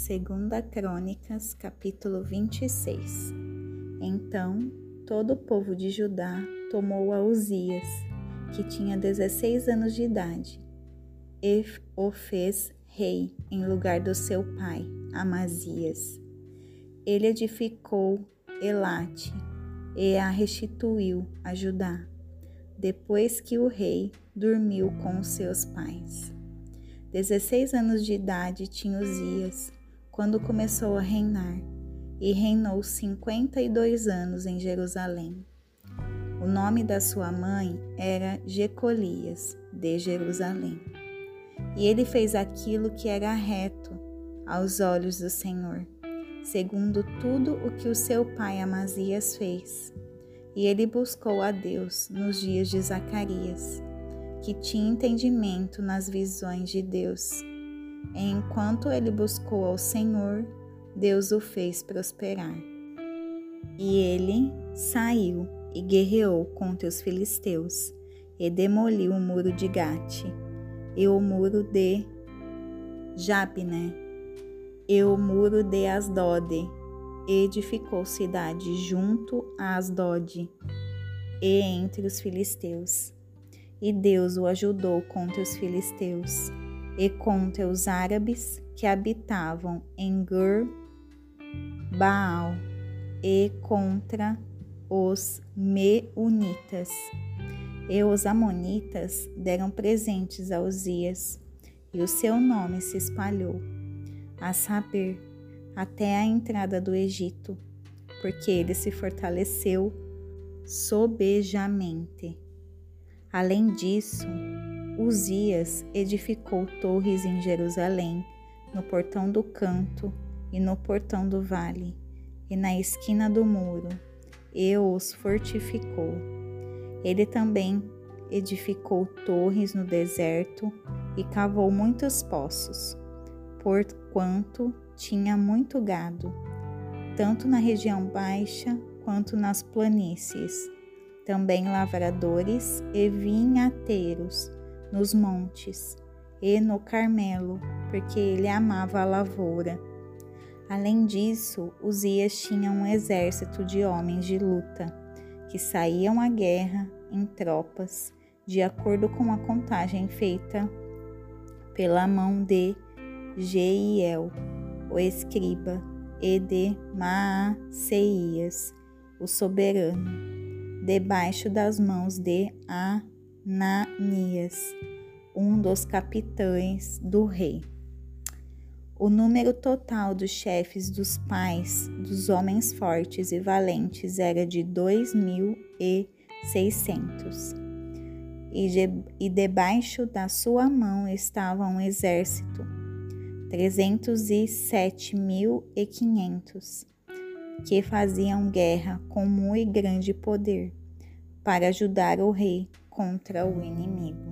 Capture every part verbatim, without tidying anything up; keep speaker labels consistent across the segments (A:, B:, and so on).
A: Segunda Crônicas, capítulo vinte e seis. Então, todo o povo de Judá tomou a Uzias, que tinha dezesseis anos de idade, e o fez rei em lugar do seu pai, Amazias. Ele edificou Elate e a restituiu a Judá, depois que o rei dormiu com os seus pais. Dezesseis anos de idade tinha Uzias quando começou a reinar, e reinou cinquenta e dois anos em Jerusalém. O nome da sua mãe era Jecolias, de Jerusalém. E ele fez aquilo que era reto aos olhos do Senhor, segundo tudo o que o seu pai Amazias fez. E ele buscou a Deus nos dias de Zacarias, que tinha entendimento nas visões de Deus. E enquanto ele buscou ao Senhor, Deus o fez prosperar. E ele saiu e guerreou contra os filisteus, e demoliu o muro de Gate, e o muro de Jabné, e o muro de Asdode, e edificou cidade junto a Asdode, e entre os filisteus. E Deus o ajudou contra os filisteus, e contra os árabes que habitavam em Gur-Baal, e contra os Meunitas. E os amonitas deram presentes a Uzias, e o seu nome se espalhou, a saber, até a entrada do Egito, porque ele se fortaleceu sobejamente. Além disso, Uzias edificou torres em Jerusalém, no portão do canto e no portão do vale, e na esquina do muro, e os fortificou. Ele também edificou torres no deserto e cavou muitos poços, porquanto tinha muito gado, tanto na região baixa quanto nas planícies, também lavradores e vinhateiros nos montes e no Carmelo, porque ele amava a lavoura. Além disso, Uzias tinha um exército de homens de luta, que saíam à guerra em tropas, de acordo com a contagem feita pela mão de Jeiel, o escriba, e de Maaseias, o soberano, debaixo das mãos de Ananias, um dos capitães do rei. O número total dos chefes dos pais dos homens fortes e valentes era de dois mil e seiscentos, e, de, e debaixo da sua mão estava um exército, trezentos e sete mil e quinhentos, que faziam guerra com muito grande poder, para ajudar o rei contra o inimigo.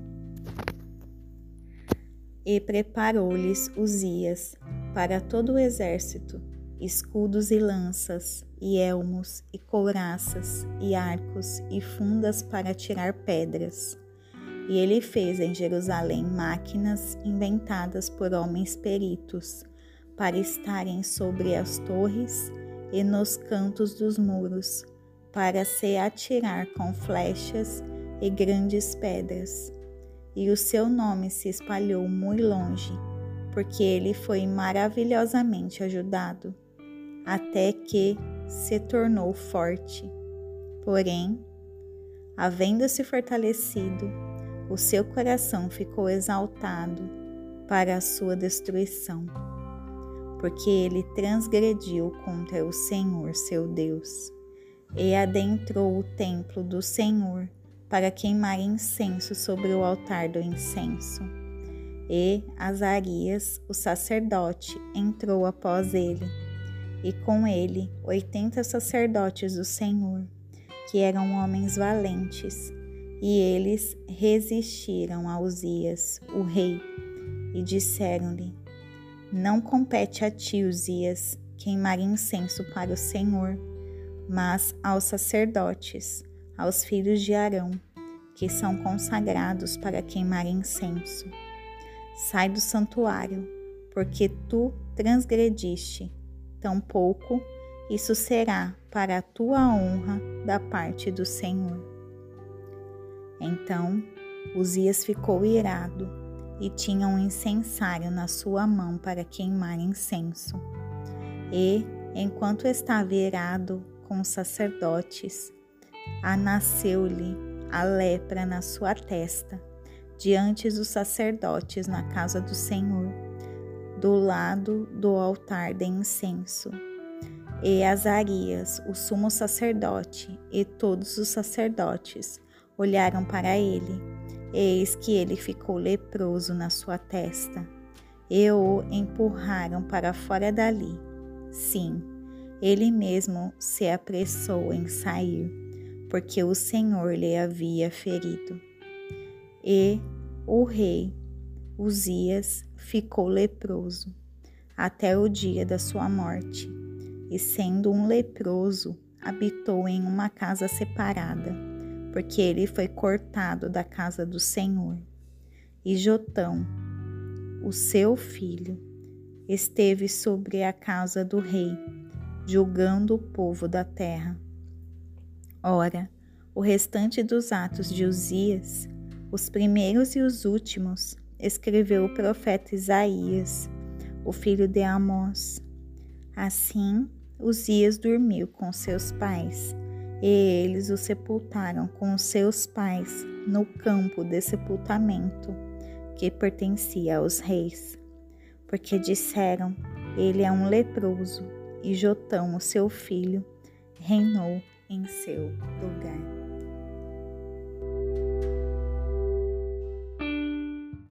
A: E preparou-lhes Uzias para todo o exército escudos e lanças, e elmos, e couraças, e arcos, e fundas para tirar pedras. E ele fez em Jerusalém máquinas inventadas por homens peritos, para estarem sobre as torres e nos cantos dos muros, para se atirar com flechas e grandes pedras. E o seu nome se espalhou muito longe, porque ele foi maravilhosamente ajudado, até que se tornou forte. Porém, havendo-se fortalecido, o seu coração ficou exaltado para a sua destruição, porque ele transgrediu contra o Senhor seu Deus, e adentrou o templo do Senhor para queimar incenso sobre o altar do incenso. E Azarias, o sacerdote, entrou após ele, e com ele oitenta sacerdotes do Senhor, que eram homens valentes, e eles resistiram a Uzias, o rei, e disseram-lhe: Não compete a ti, Uzias, queimar incenso para o Senhor, mas aos sacerdotes, aos filhos de Arão, que são consagrados para queimar incenso. Sai do santuário, porque tu transgrediste, tampouco isso será para a tua honra da parte do Senhor. Então Uzias ficou irado e tinha um incensário na sua mão para queimar incenso. E, enquanto estava irado com os sacerdotes, nasceu-lhe a lepra na sua testa, diante dos sacerdotes na casa do Senhor, do lado do altar de incenso. E Azarias, o sumo sacerdote, e todos os sacerdotes olharam para ele, e eis que ele ficou leproso na sua testa, e o empurraram para fora dali. Sim, ele mesmo se apressou em sair, porque o Senhor lhe havia ferido. E o rei Uzias ficou leproso até o dia da sua morte, e sendo um leproso, habitou em uma casa separada, porque ele foi cortado da casa do Senhor. E Jotão, o seu filho, esteve sobre a casa do rei, julgando o povo da terra. Ora, o restante dos atos de Uzias, os primeiros e os últimos, escreveu o profeta Isaías, o filho de Amós. Assim, Uzias dormiu com seus pais, e eles o sepultaram com os seus pais no campo de sepultamento que pertencia aos reis, porque disseram: ele é um leproso, e Jotão, o seu filho, reinou em seu lugar.